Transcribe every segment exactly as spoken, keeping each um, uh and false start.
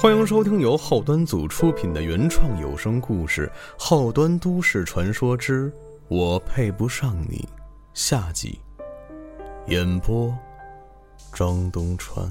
欢迎收听由后端组出品的原创有声故事《后端都市传说之我配不上你》下集，演播张东川。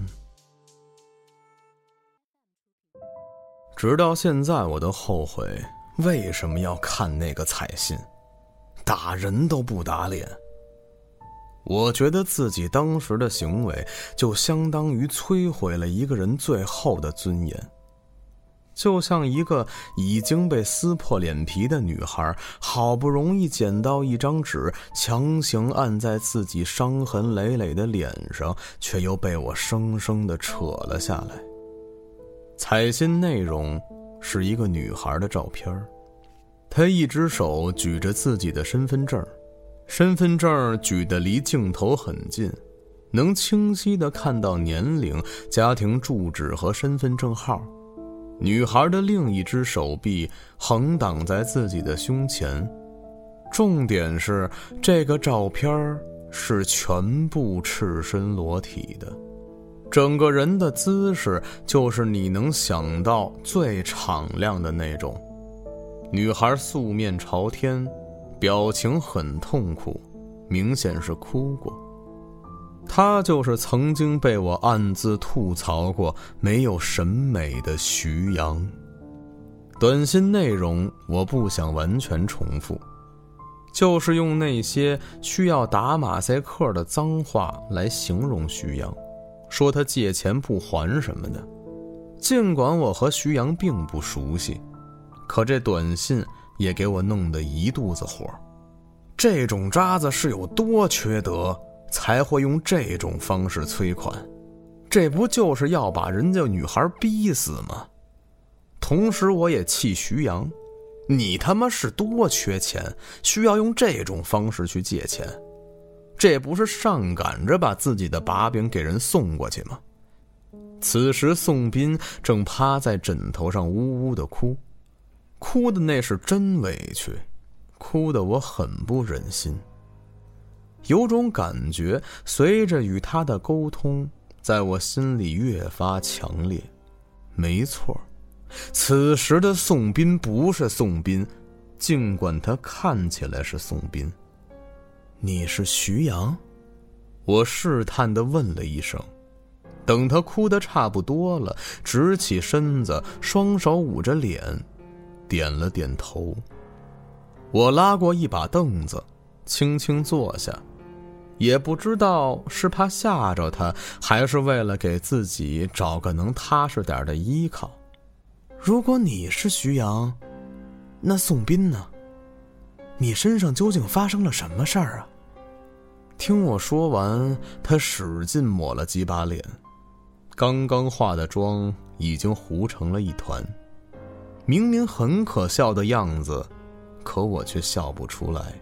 直到现在我都后悔为什么要看那个彩信，打人都不打脸。我觉得自己当时的行为就相当于摧毁了一个人最后的尊严，就像一个已经被撕破脸皮的女孩，好不容易捡到一张纸，强行按在自己伤痕累累的脸上，却又被我生生地扯了下来。彩信内容是一个女孩的照片，她一只手举着自己的身份证，身份证举得离镜头很近，能清晰地看到年龄、家庭住址和身份证号。女孩的另一只手臂横挡在自己的胸前，重点是这个照片是全部赤身裸体的，整个人的姿势就是你能想到最敞亮的那种。女孩素面朝天，表情很痛苦，明显是哭过。她就是曾经被我暗自吐槽过没有审美的徐阳。短信内容我不想完全重复，就是用那些需要打马赛克的脏话来形容徐阳，说他借钱不还什么的。尽管我和徐阳并不熟悉，可这短信也给我弄得一肚子火。这种渣子是有多缺德，才会用这种方式催款？这不就是要把人家女孩逼死吗？同时我也气徐阳，你他妈是多缺钱，需要用这种方式去借钱？这不是上赶着把自己的把柄给人送过去吗？此时宋斌正趴在枕头上呜呜地哭，哭的那是真委屈，哭得我很不忍心。有种感觉随着与他的沟通，在我心里越发强烈。没错，此时的宋斌不是宋斌，尽管他看起来是宋斌。你是徐阳？我试探地问了一声。等他哭得差不多了，直起身子，双手捂着脸，点了点头。我拉过一把凳子，轻轻坐下，也不知道是怕吓着他，还是为了给自己找个能踏实点的依靠。如果你是徐阳，那宋斌呢？你身上究竟发生了什么事儿啊？听我说完，他使劲抹了几把脸，刚刚化的妆已经糊成了一团。明明很可笑的样子，可我却笑不出来。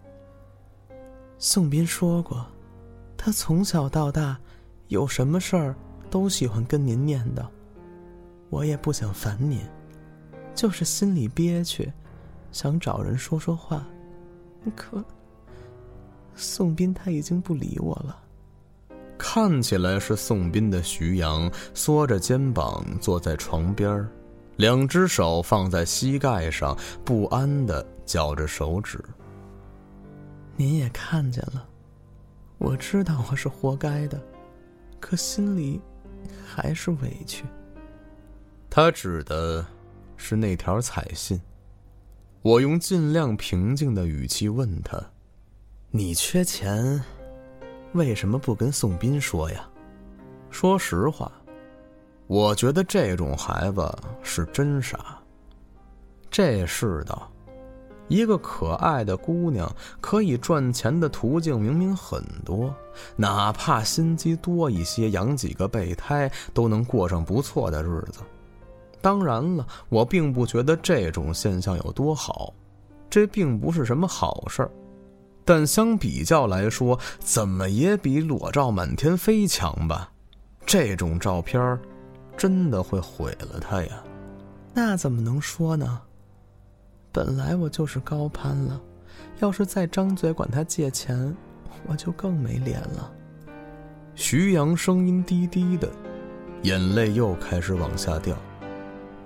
宋斌说过，他从小到大有什么事儿都喜欢跟您念叨，我也不想烦您，就是心里憋屈，想找人说说话。可宋斌他已经不理我了。 看起来是宋斌的徐阳缩着肩膀坐在床边，两只手放在膝盖上，不安地绞着手指。 您也看见了，我知道我是活该的，可心里还是委屈。 他指的是那条彩信。我用尽量平静的语气问他，你缺钱，为什么不跟宋斌说呀？说实话，我觉得这种孩子是真傻。这世道，一个可爱的姑娘可以赚钱的途径明明很多，哪怕心机多一些，养几个备胎都能过上不错的日子。当然了，我并不觉得这种现象有多好，这并不是什么好事儿，但相比较来说，怎么也比裸照满天飞强吧。这种照片真的会毁了他呀。 那怎么能说呢？本来我就是高攀了，要是再张嘴管他借钱，我就更没脸了。 徐阳声音低低的，眼泪又开始往下掉。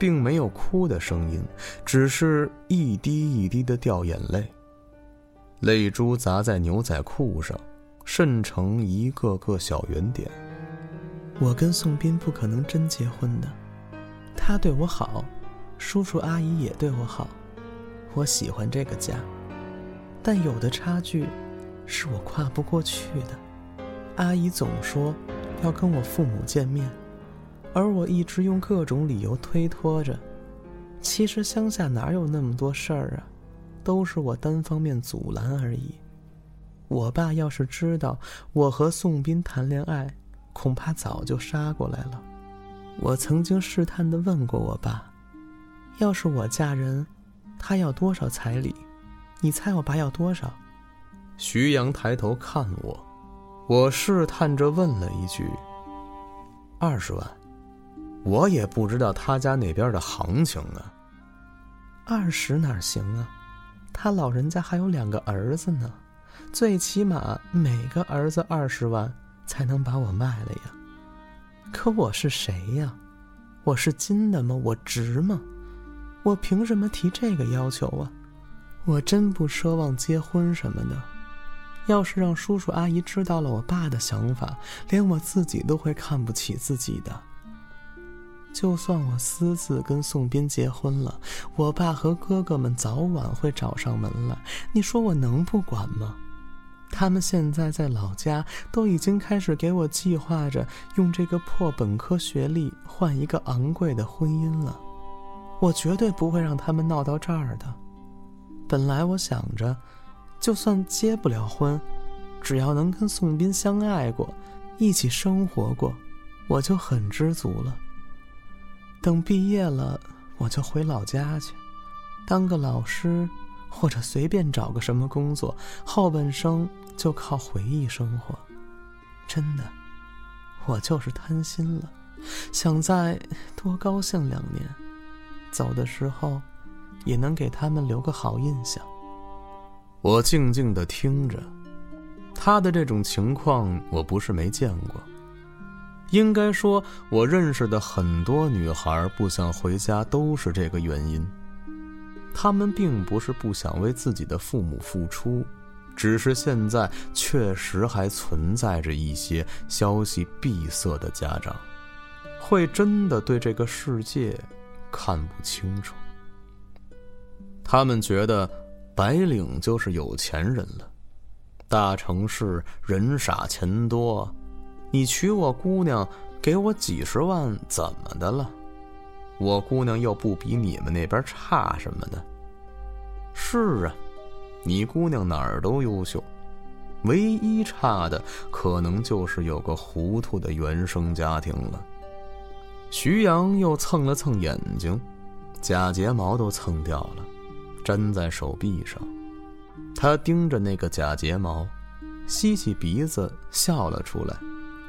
并没有哭的声音，只是一滴一滴的掉眼泪，泪珠砸在牛仔裤上，渗成一个个小圆点。 我跟宋斌不可能真结婚的，他对我好，叔叔阿姨也对我好，我喜欢这个家，但有的差距是我跨不过去的。阿姨总说要跟我父母见面，而我一直用各种理由推脱着。其实乡下哪有那么多事儿啊，都是我单方面阻拦而已。我爸要是知道我和宋斌谈恋爱，恐怕早就杀过来了。我曾经试探地问过我爸，要是我嫁人，他要多少彩礼？你猜我爸要多少？ 徐阳抬头看我，我试探着问了一句：二十万。我也不知道他家那边的行情啊。 二十哪行啊？他老人家还有两个儿子呢，最起码每个儿子二十万才能把我卖了呀。可我是谁呀？我是金的吗？我值吗？我凭什么提这个要求啊？我真不奢望结婚什么的，要是让叔叔阿姨知道了我爸的想法，连我自己都会看不起自己的。就算我私自跟宋斌结婚了，我爸和哥哥们早晚会找上门来，你说我能不管吗？他们现在在老家都已经开始给我计划着用这个破本科学历换一个昂贵的婚姻了，我绝对不会让他们闹到这儿的。本来我想着，就算结不了婚，只要能跟宋斌相爱过，一起生活过，我就很知足了。等毕业了，我就回老家去，当个老师，或者随便找个什么工作，后半生就靠回忆生活。真的，我就是贪心了，想再多高兴两年，走的时候也能给他们留个好印象。 我静静地听着，他的这种情况我不是没见过。应该说，我认识的很多女孩不想回家都是这个原因。她们并不是不想为自己的父母付出，只是现在确实还存在着一些消息闭塞的家长，会真的对这个世界看不清楚。他们觉得白领就是有钱人了，大城市人傻钱多，你娶我姑娘给我几十万怎么的了？我姑娘又不比你们那边差什么的。是啊，你姑娘哪儿都优秀，唯一差的可能就是有个糊涂的原生家庭了。徐阳又蹭了蹭眼睛，假睫毛都蹭掉了，粘在手臂上。他盯着那个假睫毛，吸起鼻子笑了出来。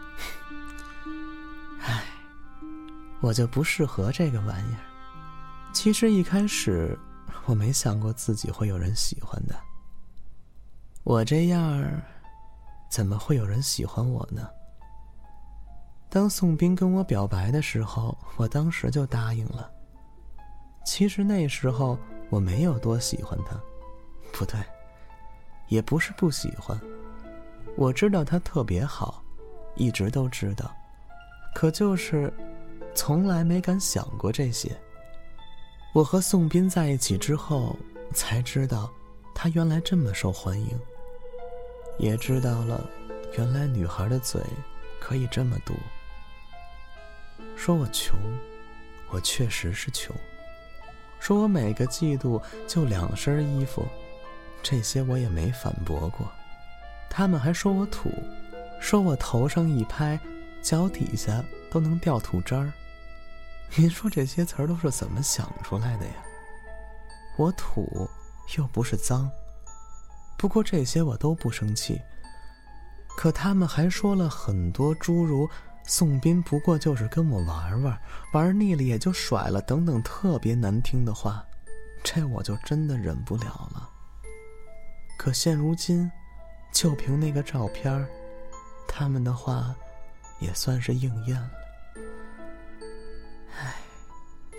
唉，我就不适合这个玩意儿。其实一开始我没想过自己会有人喜欢的。我这样怎么会有人喜欢我呢？当宋斌跟我表白的时候，我当时就答应了。其实那时候我没有多喜欢他，不对，也不是不喜欢。我知道他特别好，一直都知道，可就是从来没敢想过这些。我和宋斌在一起之后，才知道他原来这么受欢迎，也知道了原来女孩的嘴可以这么毒。说我穷，我确实是穷。说我每个季度就两身衣服，这些我也没反驳过。他们还说我土，说我头上一拍，脚底下都能掉土渣儿。您说这些词儿都是怎么想出来的呀？我土又不是脏，不过这些我都不生气。可他们还说了很多诸如宋斌不过就是跟我玩玩，玩腻了也就甩了等等特别难听的话，这我就真的忍不了了。可现如今，就凭那个照片，他们的话也算是应验了。唉，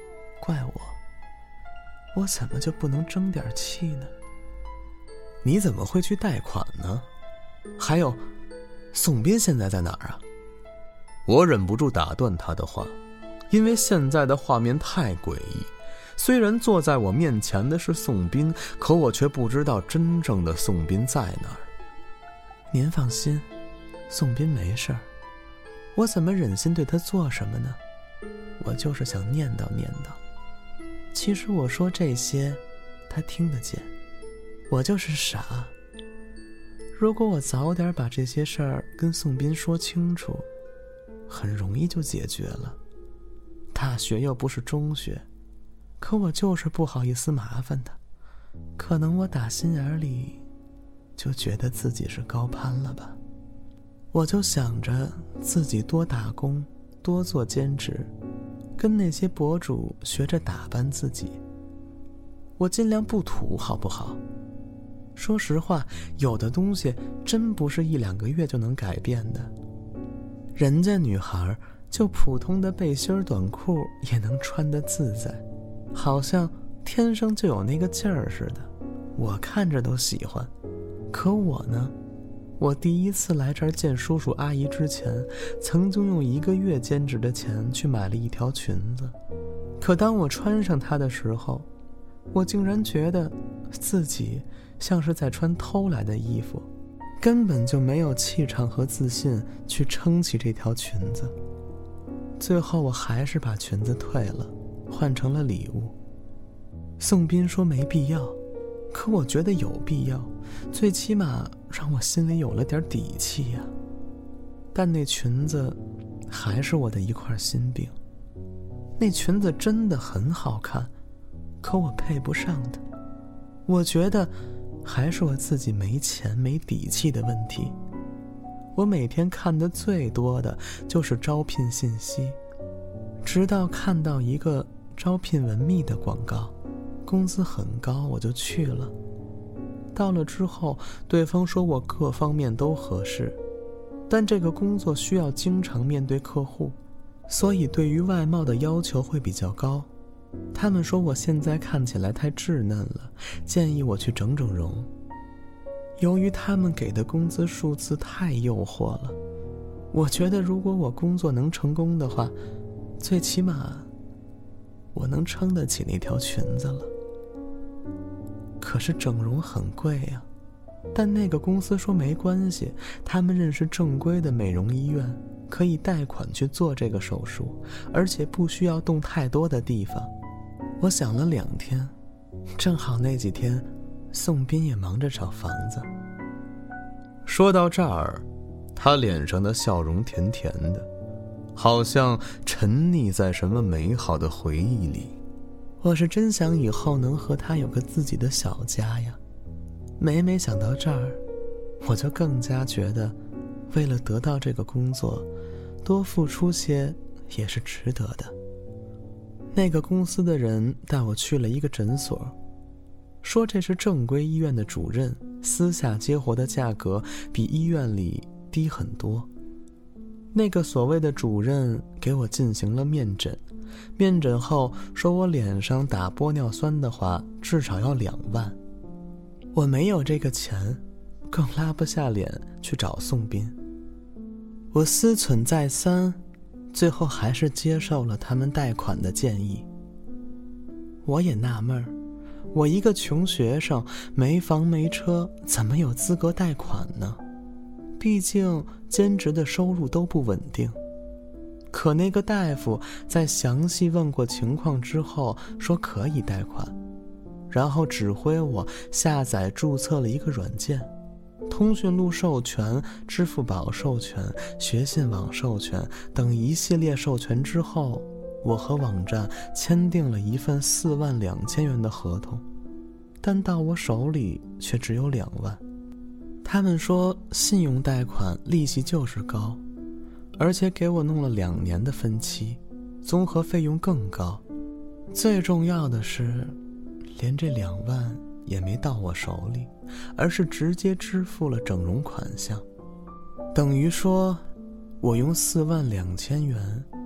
怪我，我怎么就不能争点气呢？ 你怎么会去贷款呢？还有，宋斌现在在哪儿啊？我忍不住打断他的话，因为现在的画面太诡异。虽然坐在我面前的是宋斌，可我却不知道真正的宋斌在哪儿。 您放心，宋斌没事儿。我怎么忍心对他做什么呢？我就是想念叨念叨。其实我说这些，他听得见。我就是傻。如果我早点把这些事儿跟宋斌说清楚，很容易就解决了。大学又不是中学，可我就是不好意思麻烦他。可能我打心眼里就觉得自己是高攀了吧。我就想着自己多打工，多做兼职，跟那些博主学着打扮自己。我尽量不土，好不好？说实话，有的东西真不是一两个月就能改变的。人家女孩就普通的背心短裤也能穿得自在，好像天生就有那个劲儿似的，我看着都喜欢。可我呢，我第一次来这儿见叔叔阿姨之前，曾经用一个月兼职的钱去买了一条裙子。可当我穿上它的时候，我竟然觉得自己像是在穿偷来的衣服，根本就没有气场和自信去撑起这条裙子。最后我还是把裙子退了，换成了礼物。宋斌说没必要，可我觉得有必要，最起码让我心里有了点底气呀。但那裙子还是我的一块心病。那裙子真的很好看，可我配不上它。我觉得还是我自己没钱没底气的问题。我每天看的最多的就是招聘信息，直到看到一个招聘文秘的广告，工资很高，我就去了。到了之后，对方说我各方面都合适，但这个工作需要经常面对客户，所以对于外貌的要求会比较高。他们说我现在看起来太稚嫩了，建议我去整整容。由于他们给的工资数字太诱惑了，我觉得如果我工作能成功的话，最起码我能撑得起那条裙子了。可是整容很贵呀，但那个公司说没关系，他们认识正规的美容医院，可以贷款去做这个手术，而且不需要动太多的地方。我想了两天，正好那几天宋斌也忙着找房子。 说到这儿，他脸上的笑容甜甜的，好像沉溺在什么美好的回忆里。 我是真想以后能和他有个自己的小家呀。每每想到这儿，我就更加觉得为了得到这个工作，多付出些也是值得的。那个公司的人带我去了一个诊所，说这是正规医院的主任，私下接活的价格比医院里低很多。那个所谓的主任给我进行了面诊，面诊后说我脸上打玻尿酸的话至少要两万。我没有这个钱，更拉不下脸去找宋斌。我思忖再三，最后还是接受了他们贷款的建议。我也纳闷，我一个穷学生，没房没车，怎么有资格贷款呢？毕竟兼职的收入都不稳定。可那个大夫在详细问过情况之后说可以贷款，然后指挥我下载注册了一个软件，通讯录授权、支付宝授权、学信网授权等一系列授权之后，我和网站签订了一份四万两千元的合同，但到我手里却只有两万。他们说信用贷款利息就是高，而且给我弄了两年的分期，综合费用更高。最重要的是，连这两万也没到我手里，而是直接支付了整容款项。等于说，我用四万两千元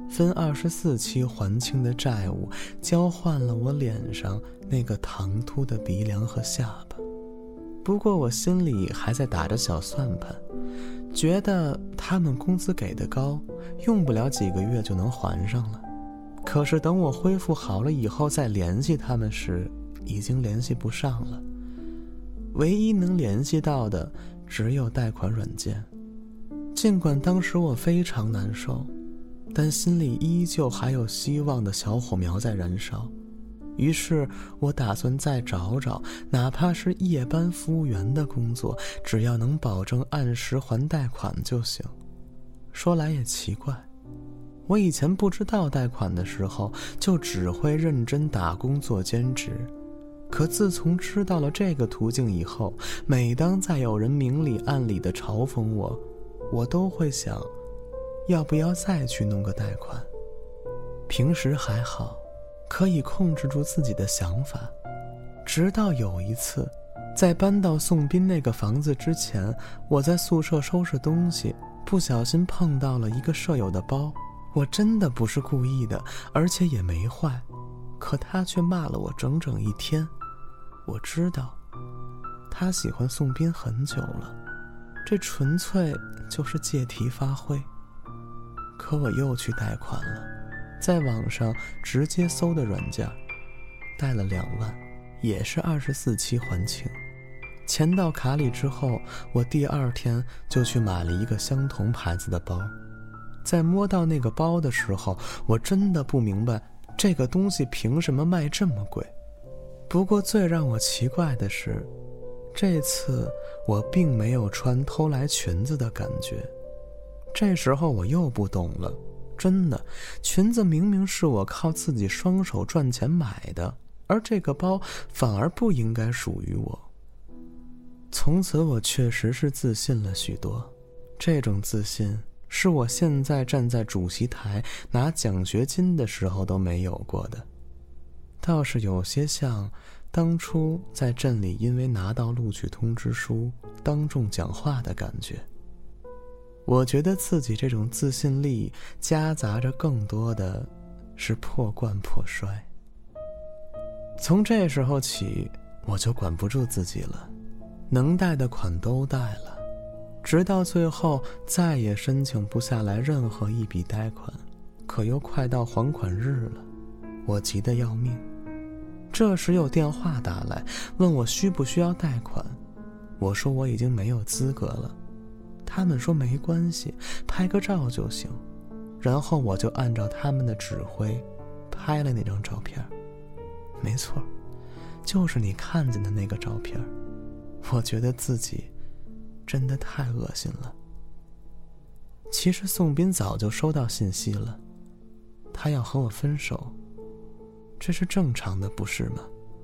分二十四期还清的债务，交换了我脸上那个唐突的鼻梁和下巴。不过我心里还在打着小算盘，觉得他们工资给的高，用不了几个月就能还上了。可是等我恢复好了以后再联系他们时，已经联系不上了。唯一能联系到的只有贷款软件。尽管当时我非常难受，但心里依旧还有希望的小火苗在燃烧。于是我打算再找找，哪怕是夜班服务员的工作，只要能保证按时还贷款就行。说来也奇怪，我以前不知道贷款的时候，就只会认真打工做兼职。可自从知道了这个途径以后，每当再有人明里暗里的嘲讽我，我都会想，要不要再去弄个贷款。平时还好，可以控制住自己的想法。直到有一次，在搬到宋斌那个房子之前，我在宿舍收拾东西，不小心碰到了一个舍友的包。我真的不是故意的，而且也没坏，可他却骂了我整整一天。我知道他喜欢宋斌很久了，这纯粹就是借题发挥。可我又去贷款了，在网上直接搜的软件，贷了两万，也是二十四期还清。钱到卡里之后，我第二天就去买了一个相同牌子的包。在摸到那个包的时候，我真的不明白这个东西凭什么卖这么贵。不过最让我奇怪的是，这次我并没有穿偷来裙子的感觉。这时候我又不懂了，真的，裙子明明是我靠自己双手赚钱买的，而这个包反而不应该属于我。从此我确实是自信了许多，这种自信是我现在站在主席台拿奖学金的时候都没有过的。倒是有些像当初在镇里因为拿到录取通知书当众讲话的感觉。我觉得自己这种自信力夹杂着更多的是破罐破摔。从这时候起，我就管不住自己了，能贷的款都贷了，直到最后再也申请不下来任何一笔贷款。可又快到还款日了，我急得要命。这时有电话打来，问我需不需要贷款。我说我已经没有资格了。他们说没关系，拍个照就行。然后我就按照他们的指挥拍了那张照片。没错，就是你看见的那个照片。我觉得自己真的太恶心了。其实宋斌早就收到信息了，他要和我分手，这是正常的，不是吗？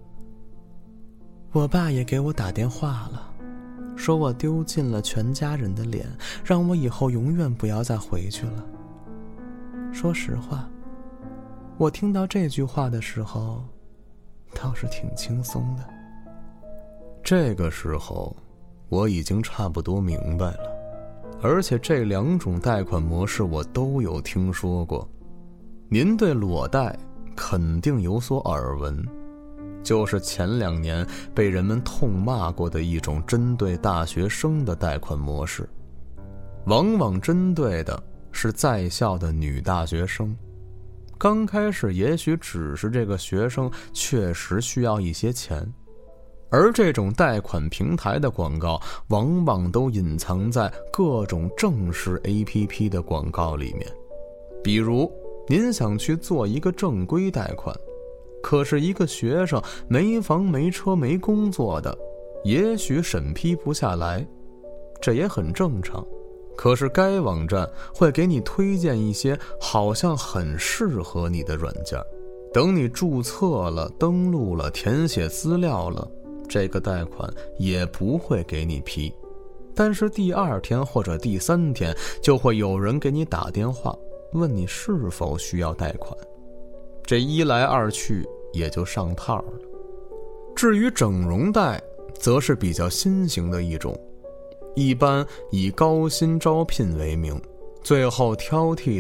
我爸也给我打电话了，说我丢尽了全家人的脸，让我以后永远不要再回去了。说实话，我听到这句话的时候倒是挺轻松的。 这个时候我已经差不多明白了，而且这两种贷款模式我都有听说过。您对裸贷肯定有所耳闻，就是前两年被人们痛骂过的一种针对大学生的贷款模式，往往针对的是在校的女大学生。刚开始也许只是这个学生确实需要一些钱，而这种贷款平台的广告往往都隐藏在各种正式 A P P 的广告里面。比如您想去做一个正规贷款，可是一个学生没房没车没工作的，也许审批不下来，这也很正常。可是该网站会给你推荐一些好像很适合你的软件，等你注册了登录了填写资料了，这个贷款也不会给你批。但是第二天或者第三天就会有人给你打电话问你是否需要贷款，这一来二去也就上套了。至于整容贷则是比较新型的一种，一般以高薪招聘为名，最后挑剔的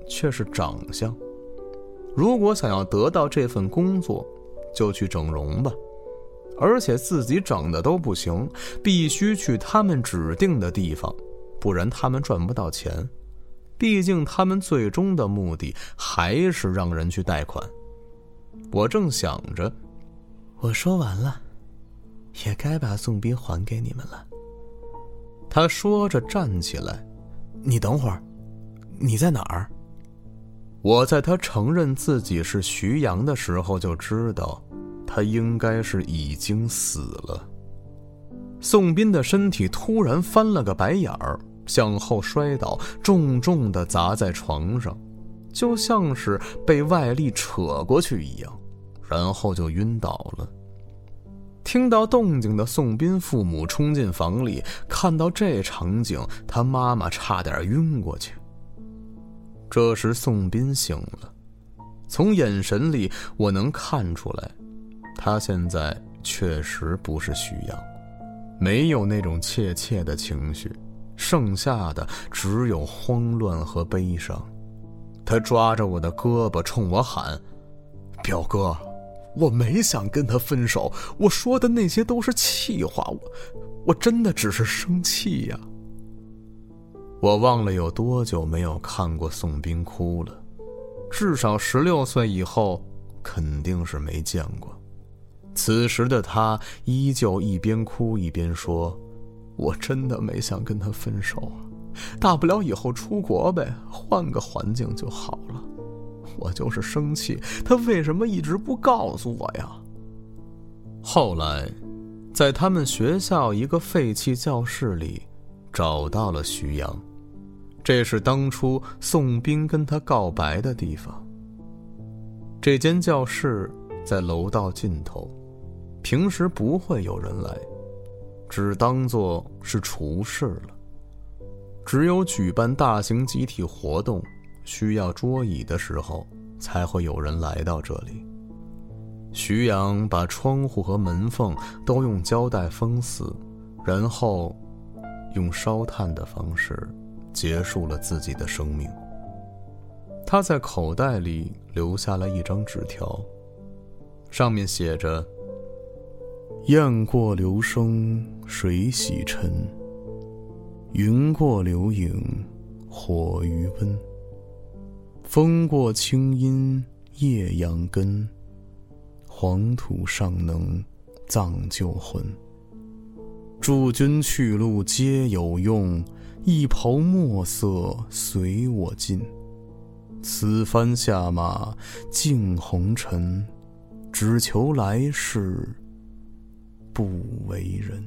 却是长相。如果想要得到这份工作，就去整容吧，而且自己整的都不行，必须去他们指定的地方，不然他们赚不到钱。毕竟他们最终的目的还是让人去贷款。我正想着， 我说完了，也该把宋斌还给你们了。 他说着站起来， 你等会儿，你在哪儿？ 我在他承认自己是徐阳的时候就知道，他应该是已经死了。宋斌的身体突然翻了个白眼儿，向后摔倒，重重地砸在床上，就像是被外力扯过去一样，然后就晕倒了。听到动静的宋斌父母冲进房里，看到这场景，他妈妈差点晕过去。这时宋斌醒了，从眼神里我能看出来，他现在确实不是徐阳，没有那种怯怯的情绪，剩下的只有慌乱和悲伤。他抓着我的胳膊冲我喊，表哥，我没想跟他分手，我说的那些都是气话，我我真的只是生气呀。我忘了有多久没有看过宋斌哭了，至少十六岁以后肯定是没见过。此时的他依旧一边哭一边说，我真的没想跟他分手啊，大不了以后出国呗，换个环境就好了。我就是生气，他为什么一直不告诉我呀？后来在他们学校一个废弃教室里找到了徐阳，这是当初宋斌跟他告白的地方。这间教室在楼道尽头，平时不会有人来，只当作是厨室了。只有举办大型集体活动需要桌椅的时候，才会有人来到这里。徐阳把窗户和门缝都用胶带封死，然后用烧炭的方式结束了自己的生命。他在口袋里留下了一张纸条，上面写着，雁过留声水洗尘，云过留影火余温，风过清阴夜阳根，黄土尚能葬旧魂。诸君去路皆有用，一抔墨色随我尽。此番下马尽红尘，只求来世不为人。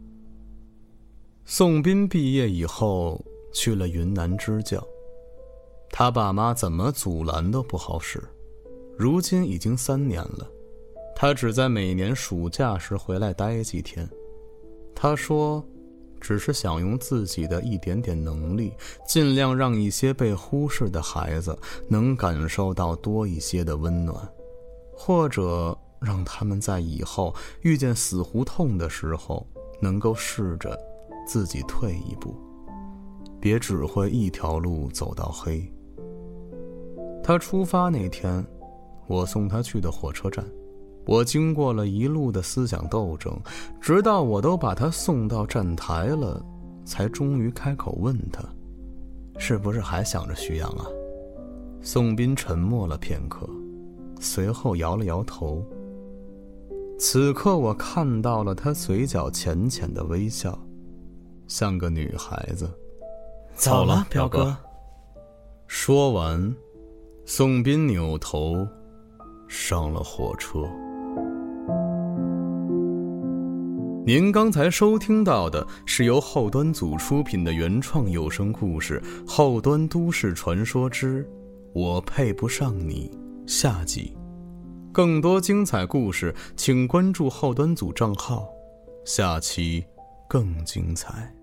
宋斌毕业以后去了云南支教，他爸妈怎么阻拦都不好使。如今已经三年了，他只在每年暑假时回来待几天。他说只是想用自己的一点点能力，尽量让一些被忽视的孩子能感受到多一些的温暖，或者让他们在以后遇见死胡同的时候能够试着自己退一步，别只会一条路走到黑。他出发那天，我送他去的火车站，我经过了一路的思想斗争，直到我都把他送到站台了，才终于开口问他，是不是还想着徐阳啊？宋斌沉默了片刻，随后摇了摇头。此刻我看到了他嘴角浅浅的微笑，像个女孩子。 走了，表哥。 说完，宋斌扭头上了火车。您刚才收听到的是由后端组出品的原创有声故事《后端都市传说之我配不上你》下集。更多精彩故事请关注后端组账号，下期更精彩。